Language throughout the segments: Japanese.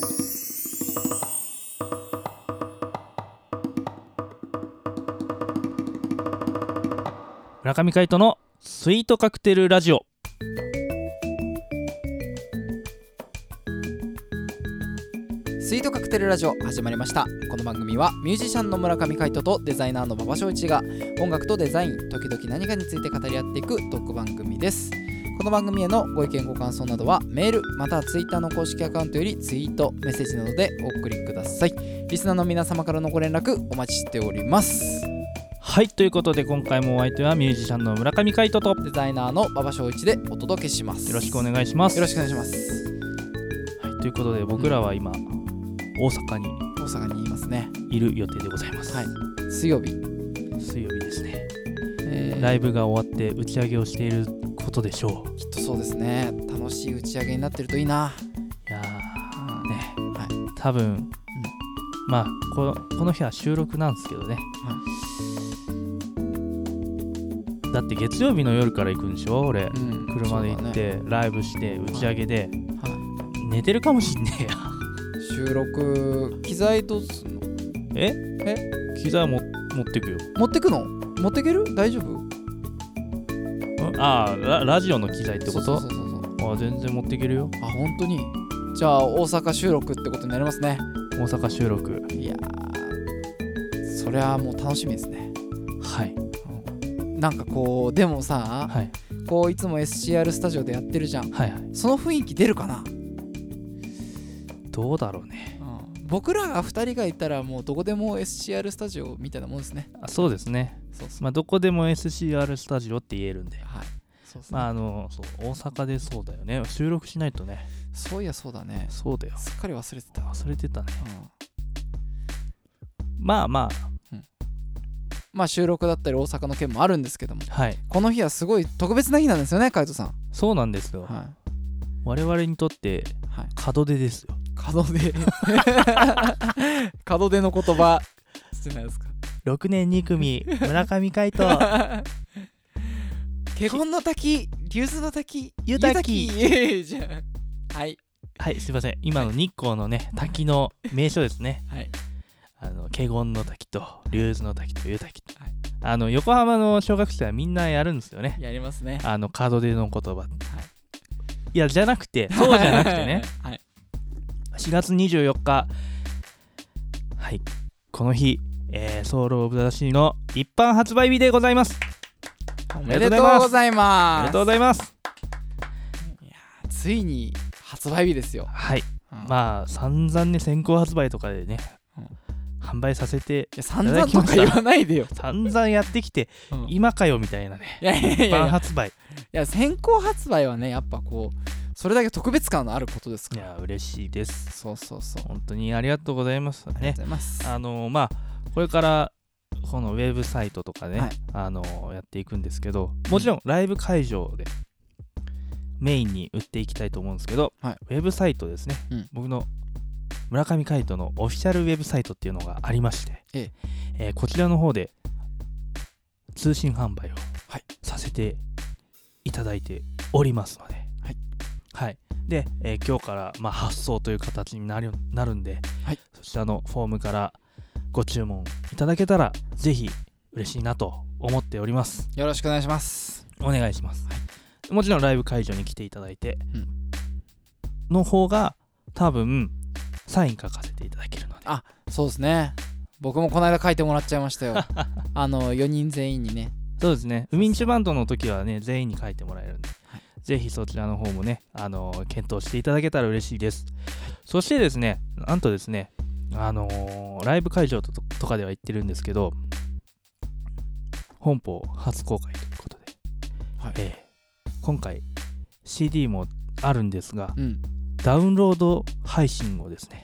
村上海人のスイートカクテルラジオ。 スイートカクテルラジオ始まりました。この番組はミュージシャンの村上海人とデザイナーの馬場翔一が音楽とデザイン、時々何かについて語り合っていくトーク番組です。この番組へのご意見ご感想などはメールまたはツイッターの公式アカウントよりツイート、メッセージなどでお送りください。リスナーの皆様からのご連絡お待ちしております。 はい、ということで今回もお相手はミュージシャンの村上海人とデザイナーの馬場翔一でお届けします。 よろしくお願いします。 よろしくお願いします。 はい、ということで僕らは今、大阪にいますね。 いる予定でございます。 はい、水曜日ですね、ライブが終わって打ち上げをしていることでしょう。 きっとそうですね。楽しい打ち上げになってるといいな。 いやー、 はい、 多分、まあこの日は収録なんですけどね、だって月曜日の夜から行くんでしょ俺、車で行って、ライブして打ち上げで、寝てるかもしんねえや。 収録機材どうすんの？ 機材持ってくよ。 持ってくの？持ってける？大丈夫？ ラジオの機材ってこと？ そう。 全然持ってけるよ。 本当に？じゃあ大阪収録ってことになりますね。 大阪収録。 いやー、それはもう楽しみですね。 はい。 なんかこうでもさ、こういつも SCR スタジオでやってるじゃん。その雰囲気出るかな？ どうだろうね。 僕らが2人がいたらもうどこでも SCR スタジオみたいなもんですね。 そうですね。まあどこでも SCR スタジオって言えるんで。 そうですね。 まあ大阪でそうだよね。収録しないとね。 そういやそうだね。 そうだよ。 すっかり忘れてたね。まあ収録だったり大阪の件もあるんですけども、この日はすごい特別な日なんですよね、海人さん。 そうなんですよ。我々にとって門出ですよ。 門出門出の言葉してないですか。 6年2組村上海人華厳の滝、竜頭の滝、 湯滝じゃあはい、すいません。今の日光のね滝の名所ですね。華厳の滝と竜頭の滝と湯滝、横浜の小学生はみんなやるんですよね。 やりますね。 門出の言葉、いやじゃなくてそうじゃなくてね、4月24日、この日、ソウルオブザシーの一般発売日でございます。 おめでとうございます。 おめでとうございます。 いやついに発売日ですよ。 まあ散々ね先行発売とかでね、販売させてい散々とか言わないでよ。 散々やってきて、今かよみたいなね。一般発売。いや先行発売はねやっぱこうそれだけ特別感のあることですから。 いや嬉しいです。 そう本当にありがとうございますね。 ありがとうございます。 まあこれからこのウェブサイトとかね、やっていくんですけど、もちろんライブ会場でメインに売っていきたいと思うんですけど、ウェブサイトですね、僕の村上海人のオフィシャルウェブサイトっていうのがありまして、こちらの方で通信販売をさせていただいておりますので、で、今日から発送という形になるんで、そちらのフォームからご注文いただけたらぜひ嬉しいなと思っております。 よろしくお願いします。 お願いします。もちろんライブ会場に来ていただいて、の方が多分サイン書かせていただけるので。 そうですね。僕もこの間書いてもらっちゃいましたよ。4人全員にね。 そうですね。ウミンチュバンドの時はね全員に書いてもらえるんで、ぜひそちらの方もね検討していただけたら嬉しいです。そしてですね、なんとですね、ライブ会場とかでは言ってるんですけど、本邦初公開ということで、今回 CD もあるんですが、ダウンロード配信をですね、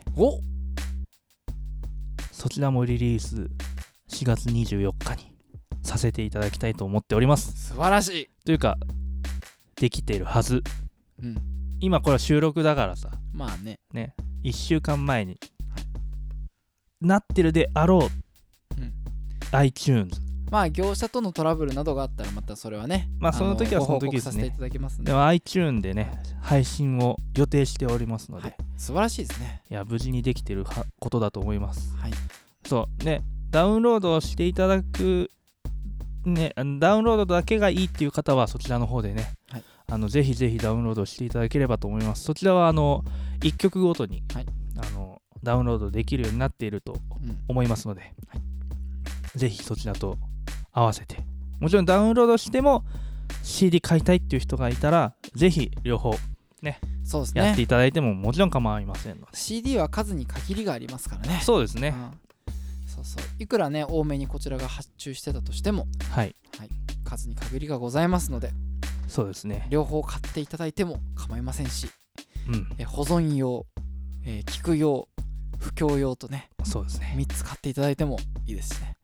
そちらもリリース4月24日にさせていただきたいと思っております。 素晴らしいというかできているはず、今これは収録だからさ、ね1週間前になってるであろう、iTunes、 業者とのトラブルなどがあったらまたそれはね、 その時はその時ですね。でも iTunes でね配信を予定しておりますので、 素晴らしいですね。 いや無事にできてることだと思います。 はい。 そうね、ダウンロードしていただくね、ダウンロードだけがいいっていう方はそちらの方でね、はい、ぜひぜひダウンロードしていただければと思います。そちらは1曲ごとに、はい、ダウンロードできるようになっていると思いますので、はい、ぜひそちらと合わせて、もちろんダウンロードしても CD 買いたいっていう人がいたらぜひ両方ね、 そうですね、 やっていただいてももちろん構いませんので。 CD は数に限りがありますからね。 そうですね、 そうそう、いくらね多めにこちらが発注してたとしても、はい、はい、数に限りがございますので、 そうですね、 両方買っていただいても構いませんし、保存用、聞く用、布教用とね、 そうですね、 3つ買っていただいてもいいですね。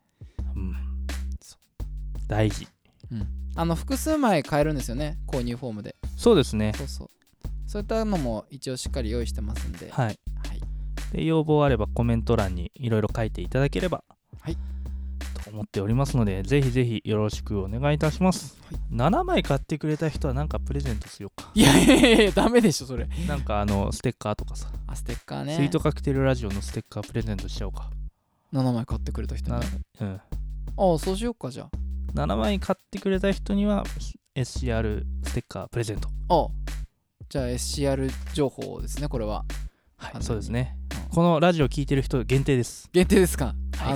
大事。 複数枚買えるんですよね、購入フォームで。 そうですね、 そういったのも一応しっかり用意してますんで、 はい、はい、で要望あればコメント欄にいろいろ書いていただければ、はい、と思っておりますので、ぜひぜひよろしくお願いいたします。はい、7枚買ってくれた人はなんかプレゼントしようか。 いやいやいや、ダメでしょそれ。 なんかステッカーとかさ、 ステッカーね、 スイートカクテルラジオのステッカープレゼントしちゃおうか。 7枚買ってくれた人に、そうしようか。じゃあ 7枚買ってくれた人には SCR ステッカープレゼント。 じゃあ SCR 情報ですね、これは。 はい、そうですね、このラジオ聞いてる人限定です。 限定ですか。はい、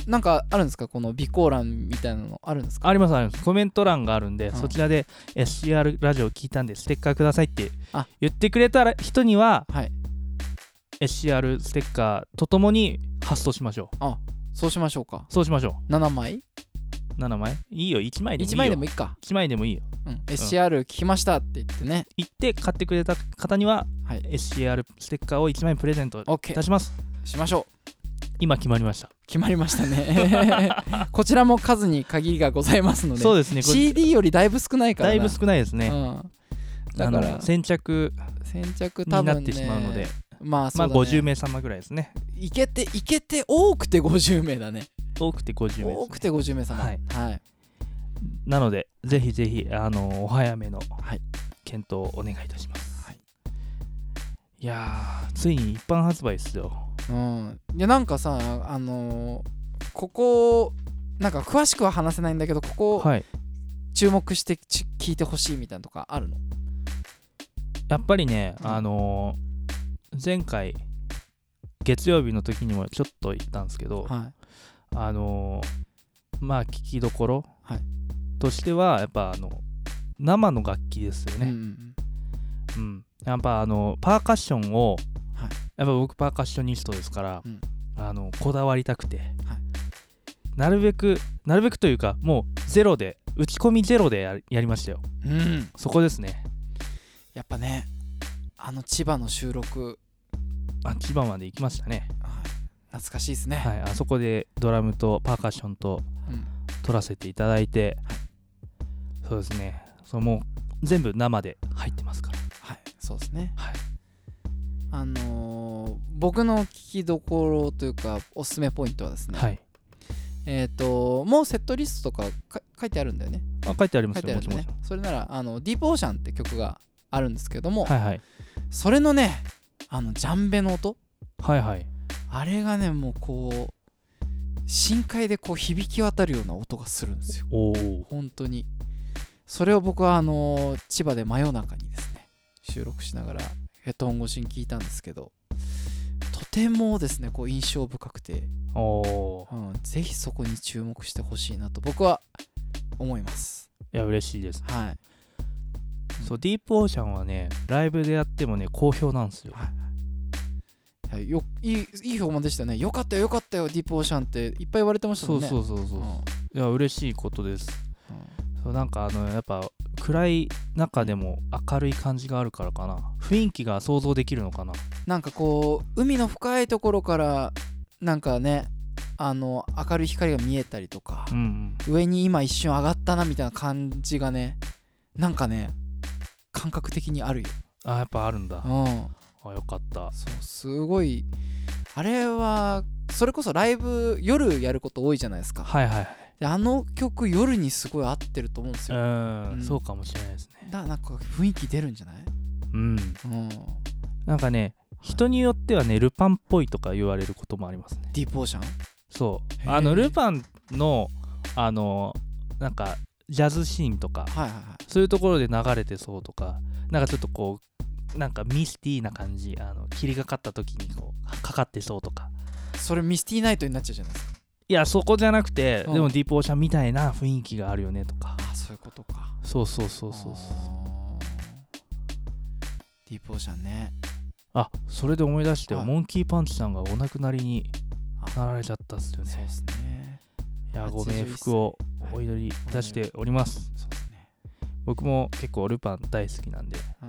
なんかあるんですか、この備考欄みたいなのあるんですか。 ありますあります。コメント欄があるんで、そちらで SCR ラジオ聞いたんでステッカーくださいって言ってくれた人には、はい、SCR ステッカーとともに発送しましょう。 そうしましょうか。 そうしましょう。 7枚いいよ、1枚でもいいよ。 1枚でもいいか。 1枚でもいいよ。 SCR 聞きましたって言ってね。 言って買ってくれた方には、SCR ステッカーを1枚プレゼントいたします。 しましょう。 今決まりました。 決まりましたね。こちらも数に限りがございますので。 そうですね。 CD よりだいぶ少ないから。 だいぶ少ないですね。だから先着になってしまうので、まあ50名様ぐらいですね。 いけて多くて50名だね。 多くて50名、 多くて50名様。はい。 なのでぜひぜひお早めの検討をお願いいたします。はい、いやー、ついに一般発売ですよ。 いやなんかさ、ここなんか詳しくは話せないんだけど、ここ、はい、注目して聞いてほしいみたいなとかあるの？ やっぱりね、前回月曜日の時にもちょっと言ったんですけど、はい、まあ聞きどころ、はい、としてはやっぱ生の楽器ですよね。やっぱパーカッションを、はい、やっぱ僕パーカッショニストですから、こだわりたくて、はい、なるべくというかもうゼロで打ち込みゼロで やりましたよ。そこですね。 やっぱね、千葉の収録、 千葉まで行きましたね。 懐かしいですね。 はい、あそこでドラムとパーカッションと撮らせていただいて、そうですね。もう全部生で入ってますから。 はい、そうですね。はい。僕の聞きどころというかおすすめポイントはですね。はい。もうセットリストとか書いてあるんだよね。 書いてありますよ。 もちろん。それならディープオーシャンって曲があるんですけども、 はいはい。 それのね、ジャンベの音、 はいはい。 あれがね、もうこう深海でこう響き渡るような音がするんですよ。本当に。それを僕は千葉で真夜中にですね収録しながらヘッドホン越しに聞いたんですけど、とてもですねこう印象深くて、ぜひそこに注目してほしいなと僕は思います。 いや嬉しいです、ね。 はい。 そう、ディープオーシャンはねライブでやってもね好評なんですよ。 はい、いい評判でしたね。よかったよディープオーシャンっていっぱい言われてましたもんね。 そう、いや嬉しいことです。そう、なんかやっぱ暗い中でも明るい感じがあるからかな、雰囲気が想像できるのかな。 なんかこう海の深いところからなんかね明るい光が見えたりとか、上に今一瞬上がったなみたいな感じがね、なんかね感覚的にあるよ。 やっぱあるんだ。よかった。 そう、すごい。あれはそれこそライブ夜やること多いじゃないですか。 はいはい。 で曲夜にすごい合ってると思うんですよ。 そうかもしれないですね。 なんか雰囲気出るんじゃない？ なんかね人によってはねルパンっぽいとか言われることもありますね。 ディープオーシャン。 そうルパンのなんかジャズシーンとか、 はいはいはい、 そういうところで流れてそうとか、なんかちょっとこうなんかミスティーな感じ、霧がかった時にこうかかってそうとか。 それミスティーナイトになっちゃうじゃないですか。 いやそこじゃなくて、でもディープオーシャンみたいな雰囲気があるよねとか。 あ、そういうことか。 そうディープオーシャンね。 あ、それで思い出して、モンキーパンチさんがお亡くなりになられちゃったっすよね。 そうですね。 いや、ご冥福をお祈り出しております。 そうですね。 僕も結構ルパン大好きなんで、 そう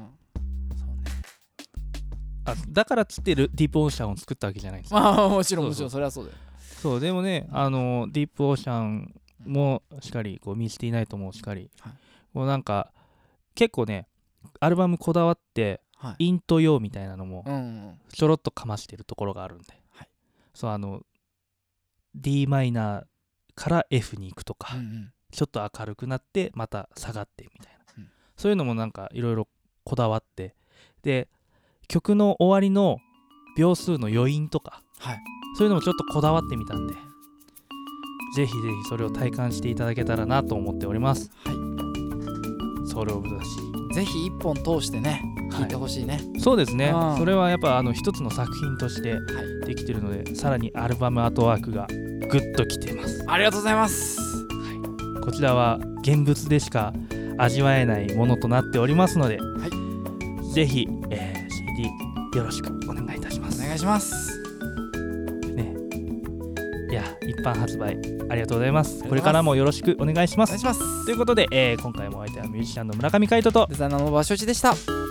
ね。 だからっつってディープオーシャンを作ったわけじゃないんですよ。 もちろんそれはそうだよ。 そうでもね、ディープオーシャンもしっかり、こうミスティナイトもしっかり、こうなんか結構ねアルバムこだわって、陰と陽みたいなのもちょろっとかましてるところがあるんで、そうD マイナーから F に行くとか、ちょっと明るくなってまた下がってみたいな、そういうのもなんかいろいろこだわって、で曲の終わりの秒数の余韻とか、そういうのもちょっとこだわってみたんで、ぜひぜひそれを体感していただけたらなと思っております。ソウルオブザシー、ぜひ一本通してね聴いてほしいね。 そうですね。それはやっぱ一つの作品としてできてるので、さらにアルバムアートワークがグッときています。 ありがとうございます。 こちらは現物でしか味わえないものとなっておりますので、ぜひ、CD よろしくお願いいたします。 お願いしますね。いや、一般発売ありがとうございます。これからもよろしくお願いします。 お願いします。 ということで、今回もお相手はミュージシャンの村上海人とデザイナーの馬場翔一でした。